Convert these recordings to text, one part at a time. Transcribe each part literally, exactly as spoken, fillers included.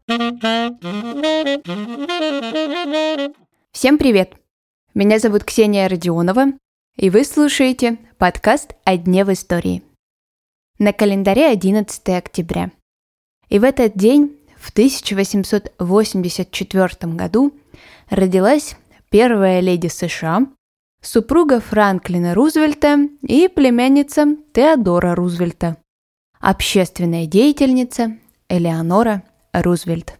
Всем привет! Меня зовут Ксения Родионова, и вы слушаете подкаст «О дне в истории». На календаре одиннадцатое октября. И в этот день, в тысяча восемьсот восемьдесят четвёртом году, родилась первая леди США, супруга Франклина Рузвельта и племянница Теодора Рузвельта, общественная деятельница Элеонора Рузвельт.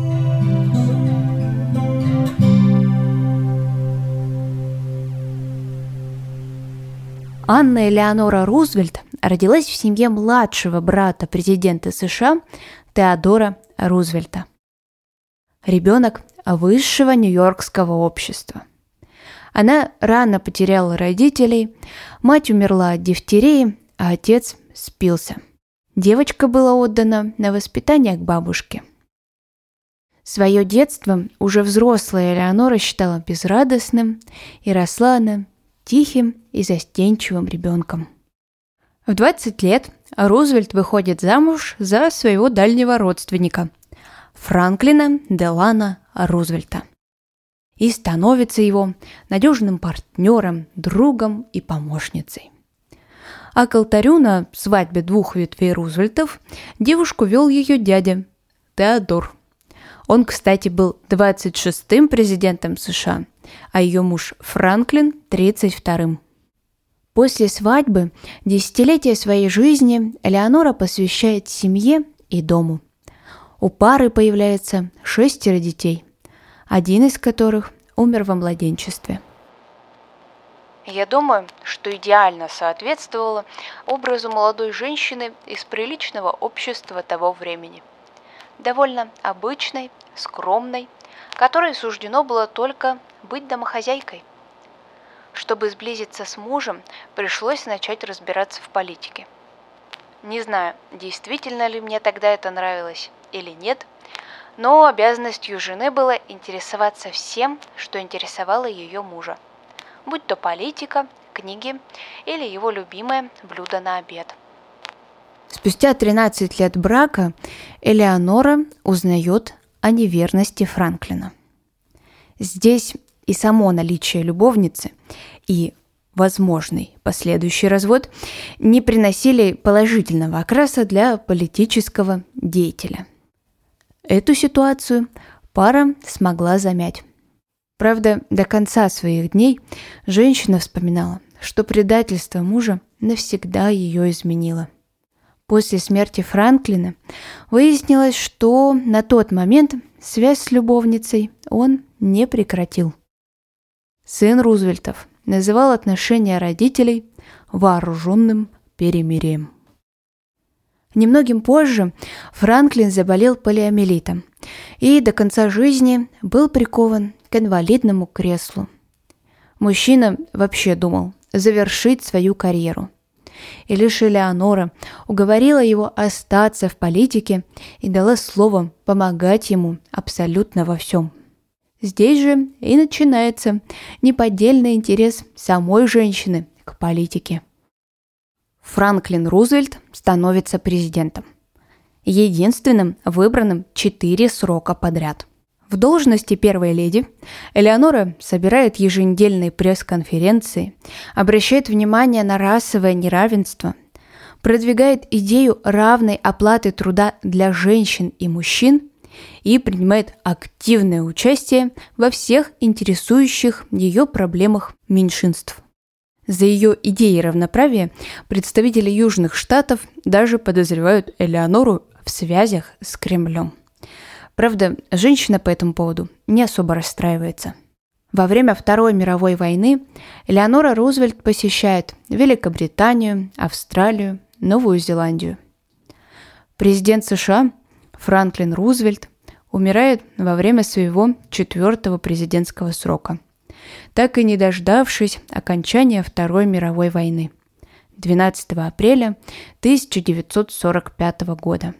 Анна Элеонора Рузвельт родилась в семье младшего брата президента США Теодора Рузвельта. Ребенок высшего нью-йоркского общества. Она рано потеряла родителей, мать умерла от дифтерии, а отец спился. Девочка была отдана на воспитание к бабушке. Свое детство уже взрослая Элеонора считала безрадостным и росла она тихим и застенчивым ребенком. В двадцать лет Рузвельт выходит замуж за своего дальнего родственника Франклина Делано Рузвельта и становится его надежным партнером, другом и помощницей. А к алтарю на свадьбе двух ветвей Рузвельтов девушку вел ее дядя Теодор. Он, кстати, был двадцать шестым президентом США, а ее муж Франклин – тридцать вторым. После свадьбы десятилетия своей жизни Элеонора посвящает семье и дому. У пары появляется шестеро детей, один из которых умер во младенчестве. Я думаю, что идеально соответствовала образу молодой женщины из приличного общества того времени. Довольно обычной, скромной, которой суждено было только быть домохозяйкой. Чтобы сблизиться с мужем, пришлось начать разбираться в политике. Не знаю, действительно ли мне тогда это нравилось или нет, но обязанностью жены было интересоваться всем, что интересовало ее мужа, будь то политика, книги или его любимое блюдо на обед. Спустя тринадцать лет брака Элеонора узнает о неверности Франклина. Здесь и само наличие любовницы, и возможный последующий развод не приносили положительного окраса для политического деятеля. Эту ситуацию пара смогла замять. Правда, до конца своих дней женщина вспоминала, что предательство мужа навсегда ее изменило. После смерти Франклина выяснилось, что на тот момент связь с любовницей он не прекратил. Сын Рузвельтов называл отношения родителей вооруженным перемирием. Немногим позже Франклин заболел полиомиелитом и до конца жизни был прикован к инвалидному креслу. Мужчина вообще думал завершить свою карьеру. И лишь Элеонора уговорила его остаться в политике и дала слово помогать ему абсолютно во всем. Здесь же и начинается неподдельный интерес самой женщины к политике. Франклин Рузвельт становится президентом, единственным выбранным четыре срока подряд. В должности первой леди Элеонора собирает еженедельные пресс-конференции, обращает внимание на расовое неравенство, продвигает идею равной оплаты труда для женщин и мужчин и принимает активное участие во всех интересующих ее проблемах меньшинств. За ее идеи равноправия представители Южных Штатов даже подозревают Элеонору в связях с Кремлем. Правда, женщина по этому поводу не особо расстраивается. Во время Второй мировой войны Элеонора Рузвельт посещает Великобританию, Австралию, Новую Зеландию. Президент США Франклин Рузвельт умирает во время своего четвертого президентского срока, так и не дождавшись окончания Второй мировой войны двенадцатого апреля тысяча девятьсот сорок пятого года.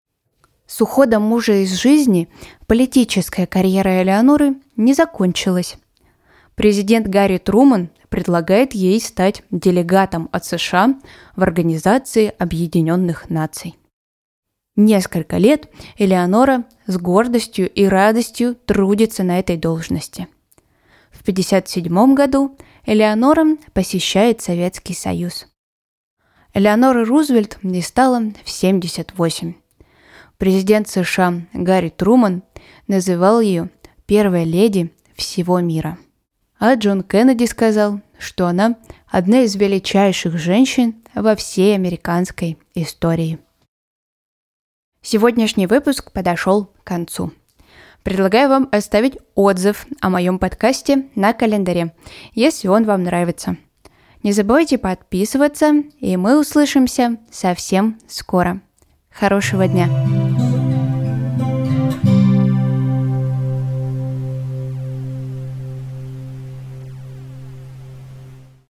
С уходом мужа из жизни политическая карьера Элеоноры не закончилась. Президент Гарри Труман предлагает ей стать делегатом от США в Организации Объединенных Наций. Несколько лет Элеонора с гордостью и радостью трудится на этой должности. В пятьдесят седьмом году Элеонора посещает Советский Союз. Элеонора Рузвельт не стала в семьдесят восемь. Президент США Гарри Труман называл ее первой леди всего мира. А Джон Кеннеди сказал, что она одна из величайших женщин во всей американской истории. Сегодняшний выпуск подошел к концу. Предлагаю вам оставить отзыв о моем подкасте на календаре, если он вам нравится. Не забывайте подписываться, и мы услышимся совсем скоро. Хорошего дня!